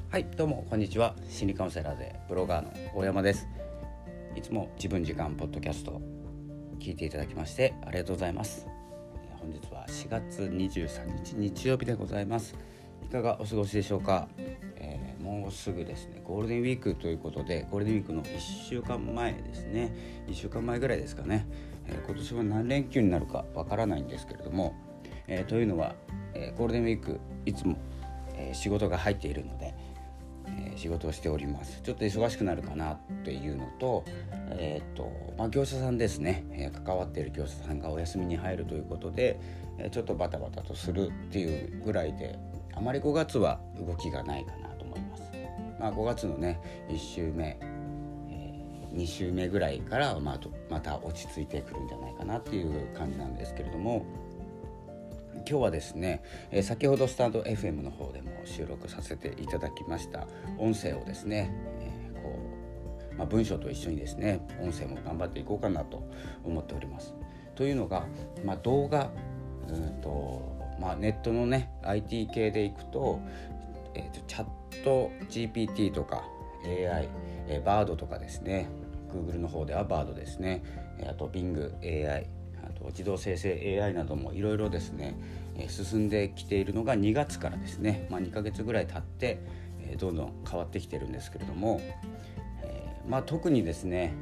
はい、どうもこんにちは。心理カウンセラーでブロガーの大山です。いつも自分時間ポッドキャスト聞いていただきましてありがとうございます。本日は4月23日日曜日でございます。いかがお過ごしでしょうか。もうすぐですねゴールデンウィークということで、ゴールデンウィークの1週間前ですね、1週間前ぐらいですかね、今年は何連休になるかわからないんですけれども、というのは、ゴールデンウィークいつも、仕事が入っているので、仕事をしております。ちょっと忙しくなるかなっていうのと、業者さんですね、関わっている業者さんがお休みに入るということで、ちょっとバタバタとするっていうぐらいで、あまり5月は動きがないかなと思います。5月のね1週目、2週目ぐらいからまた落ち着いてくるんじゃないかなっていう感じなんですけれども、今日はですね、先ほどスタンド FM の方でも収録させていただきました音声をですね、文章と一緒にですね音声も頑張っていこうかなと思っております。というのが、動画ネットのね IT 系でいくと、チャット GPT とか AI、バードとかですね、 Google の方ではバードですね、あと Bing AI、あと自動生成 AI などもいろいろですね、進んできているのが2月からですね、2ヶ月ぐらい経って、どんどん変わってきてるんですけれども、特にですね、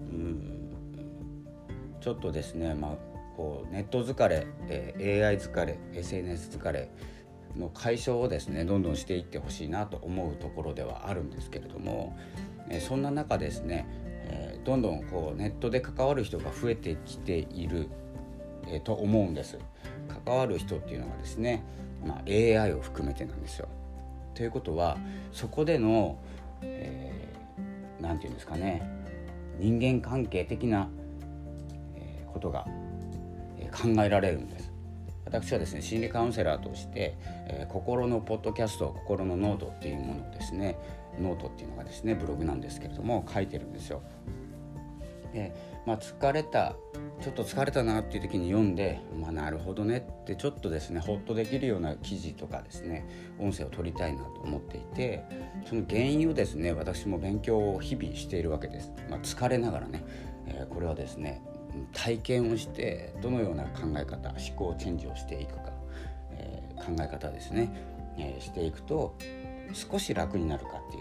ちょっとですね、ネット疲れ、AI 疲れ、 SNS 疲れの解消をですねどんどんしていってほしいなと思うところではあるんですけれども、そんな中ですね、どんどんネットで関わる人が増えてきている、と思うんです。関わる人っていうのがですね、AI を含めてなんですよ。ということはそこでの、なんていうんですかね、人間関係的な、ことが、考えられるんです。私はですね心理カウンセラーとして、心のポッドキャスト、心のノートっていうものをですね、ノートっていうのがですねブログなんですけれども書いてるんですよ。で、ちょっと疲れたなっていう時に読んで、なるほどねってちょっとですねホッとできるような記事とかですね音声を取りたいなと思っていて、その原因をですね私も勉強を日々しているわけです。疲れながらね、これはですね体験をしてどのような考え方、思考チェンジをしていくか、考え方ですね、していくと少し楽になるかっていう、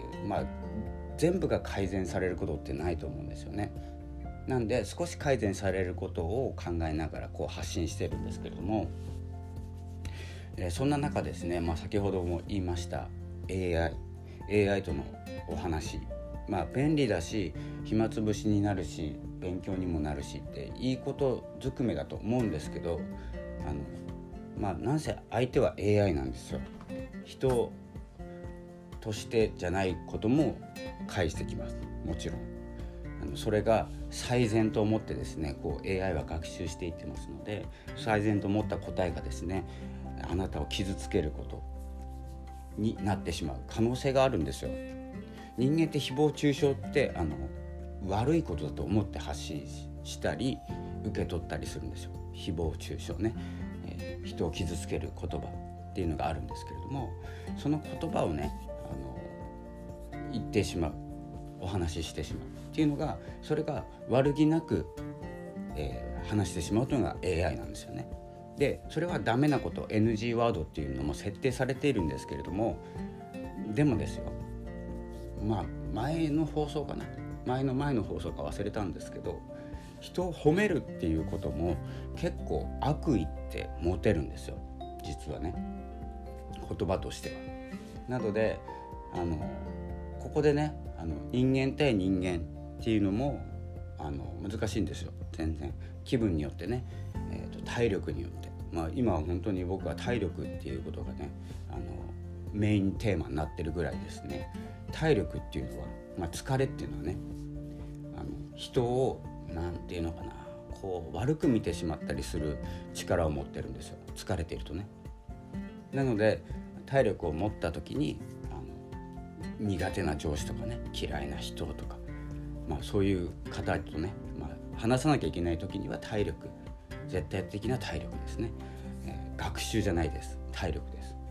全部が改善されることってないと思うんですよね。なんで少し改善されることを考えながら発信してるんですけれども、そんな中ですね、先ほども言いました AI とのお話、便利だし暇つぶしになるし勉強にもなるしっていいことずくめだと思うんですけど、なんせ相手は AI なんですよ。人としてじゃないことも返してきます。もちろんそれが最善と思ってですねAI は学習していってますので、最善と思った答えがですねあなたを傷つけることになってしまう可能性があるんですよ。人間って誹謗中傷って悪いことだと思って発信したり受け取ったりするんですよ。誹謗中傷ね、人を傷つける言葉っていうのがあるんですけれども、その言葉をね言ってしまう、お話ししてしまうっていうのが、それが悪気なく、話してしまうというのが AI なんですよね。でそれはダメなこと、 NG ワードっていうのも設定されているんですけれども、でもですよ、前の放送か忘れたんですけど、人を褒めるっていうことも結構悪意って持てるんですよ、実はね、言葉としては。なのでここでね人間対人間っていうのも難しいんですよ。全然気分によってね、体力によって、今は本当に僕は体力っていうことがねメインテーマになってるぐらいですね。体力っていうのは、疲れっていうのはね人をなんていうのかな、悪く見てしまったりする力を持ってるんですよ、疲れているとね。なので体力を持った時に苦手な上司とかね、嫌いな人とか、そういう方とね、話さなきゃいけない時には体力、絶対的な体力ですね、学習じゃないです、体力です。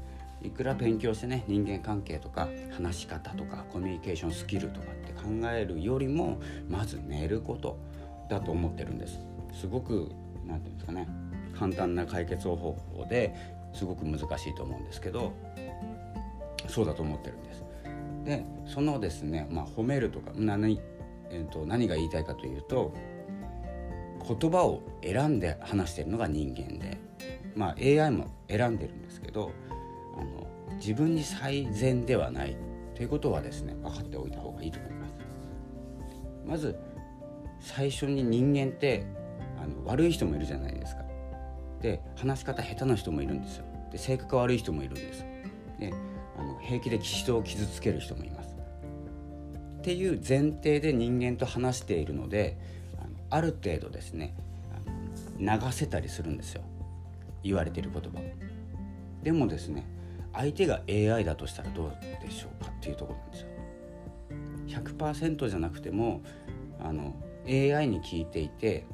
いくら勉強してね、人間関係とか話し方とかコミュニケーションスキルとかって考えるよりも、まず寝ることだと思ってるんです。すごくなんていうんですかね、簡単な解決方法ですごく難しいと思うんですけど、そうだと思ってるんです。でそのですね、褒めるとか何が言いたいかというと、言葉を選んで話しているのが人間で、AI も選んでるんですけど、自分に最善ではないということはですね、分かっておいた方がいいと思います。まず最初に、人間って悪い人もいるじゃないですか。で話し方下手な人もいるんですよ。で性格悪い人もいるんです。で平気で人を傷つける人もいますっていう前提で人間と話しているので、ある程度ですね流せたりするんですよ、言われている言葉を。でもですね、相手が AI だとしたらどうでしょうかっていうところなんですよ。 100% じゃなくてもAI に聞いていて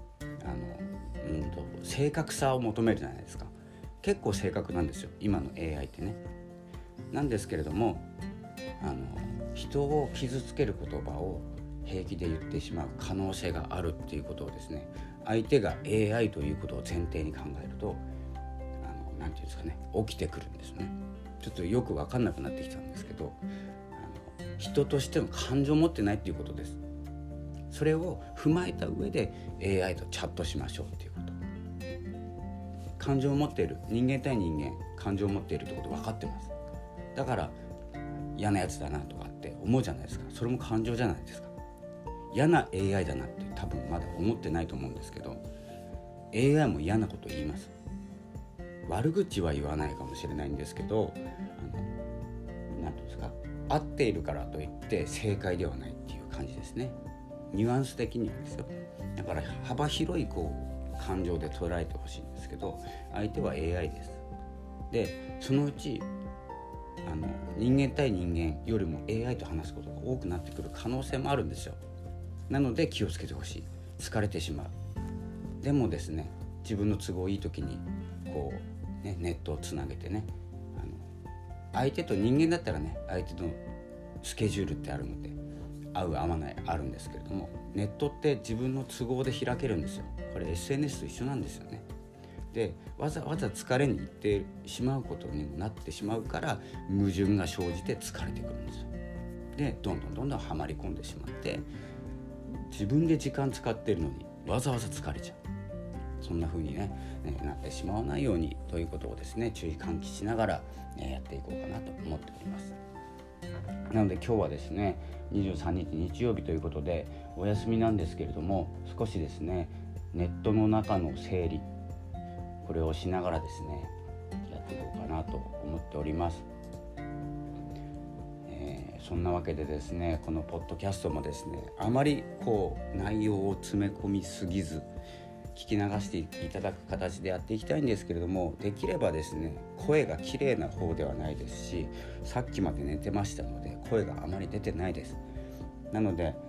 正確さを求めるじゃないですか。結構正確なんですよ、今の AI ってね。なんですけれども、人を傷つける言葉を平気で言ってしまう可能性があるっていうことをですね、相手が AI ということを前提に考えるとなんていうんですかね、起きてくるんですね。ちょっとよく分かんなくなってきたんですけど、人としての感情を持ってないっていうことです。それを踏まえた上で AI とチャットしましょうっていうこと。感情を持っている、人間対人間感情を持っているってこと分かってます。だから嫌なやつだなとかって思うじゃないですか。それも感情じゃないですか。嫌な AI だなって多分まだ思ってないと思うんですけど、 AI も嫌なこと言います。悪口は言わないかもしれないんですけど、なんていうんですか、合っているからといって正解ではないっていう感じですね。ニュアンス的にはですよ。だから幅広い感情で捉えてほしいんですけど、相手は AI です。でそのうち人間対人間よりも AI と話すことが多くなってくる可能性もあるんですよ。なので気をつけてほしい。疲れてしまう。でもですね、自分の都合いい時にネットをつなげてね、相手と人間だったらね、相手のスケジュールってあるので合う合わないあるんですけれども、ネットって自分の都合で開けるんですよ。これ SNS と一緒なんですよね。でわざわざ疲れに行ってしまうことにもなってしまうから、矛盾が生じて疲れてくるんですよ。でどんどんはまり込んでしまって、自分で時間使ってるのにわざわざ疲れちゃう。そんな風にねなってしまわないようにということをですね、注意喚起しながらやっていこうかなと思っております。なので今日はですね、23日日曜日ということでお休みなんですけれども、少しですねネットの中の整理、これをしながらですねやっていこうかなと思っております。そんなわけでですね、このポッドキャストもですね、あまり内容を詰め込みすぎず聞き流していただく形でやっていきたいんですけれども、できればですね声が綺麗な方ではないですし、さっきまで寝てましたので声があまり出てないです。なので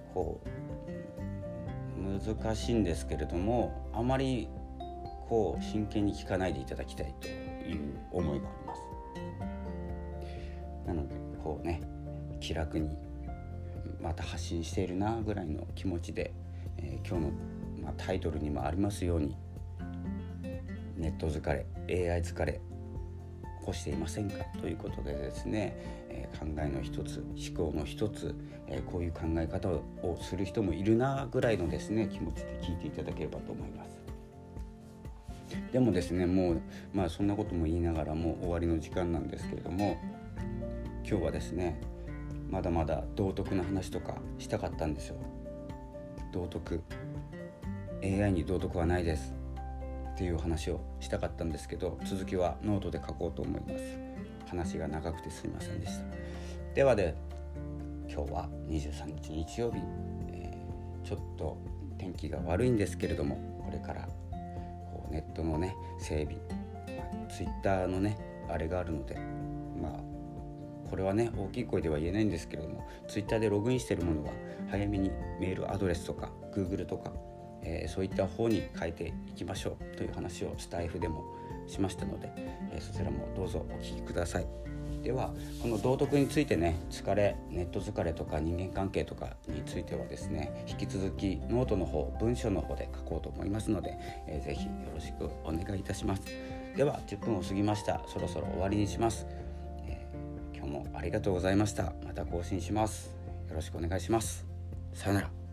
難しいんですけれども、あまり真剣に聞かないでいただきたいという思いがあります。なので気楽にまた発信しているなぐらいの気持ちで、今日の、タイトルにもありますように、ネット疲れ AI 疲れ起こしていませんかということでですね、考えの一つ、思考の一つ、こういう考え方をする人もいるなぐらいのですね気持ちで聞いていただければと思います。でもですね、もうそんなことも言いながらもう終わりの時間なんですけれども、今日はですねまだまだ道徳の話とかしたかったんですよ。道徳 AI に道徳はないですっていう話をしたかったんですけど、続きはノートで書こうと思います。話が長くてすいませんでした。では今日は23日日曜日、ちょっと天気が悪いんですけれども、これからネットのね整備、ツイッターのねあれがあるので、これはね大きい声では言えないんですけれども、ツイッターでログインしているものは早めにメールアドレスとか Google とか、そういった方に変えていきましょうという話をスタイフでもしましたので、そちらもどうぞお聞きください。ではこの道徳についてね、ネット疲れとか人間関係とかについてはですね、引き続きノートの方、文章の方で書こうと思いますので、ぜひよろしくお願いいたします。では10分を過ぎました。そろそろ終わりにします。今日もありがとうございました。また更新します。よろしくお願いします。さよなら。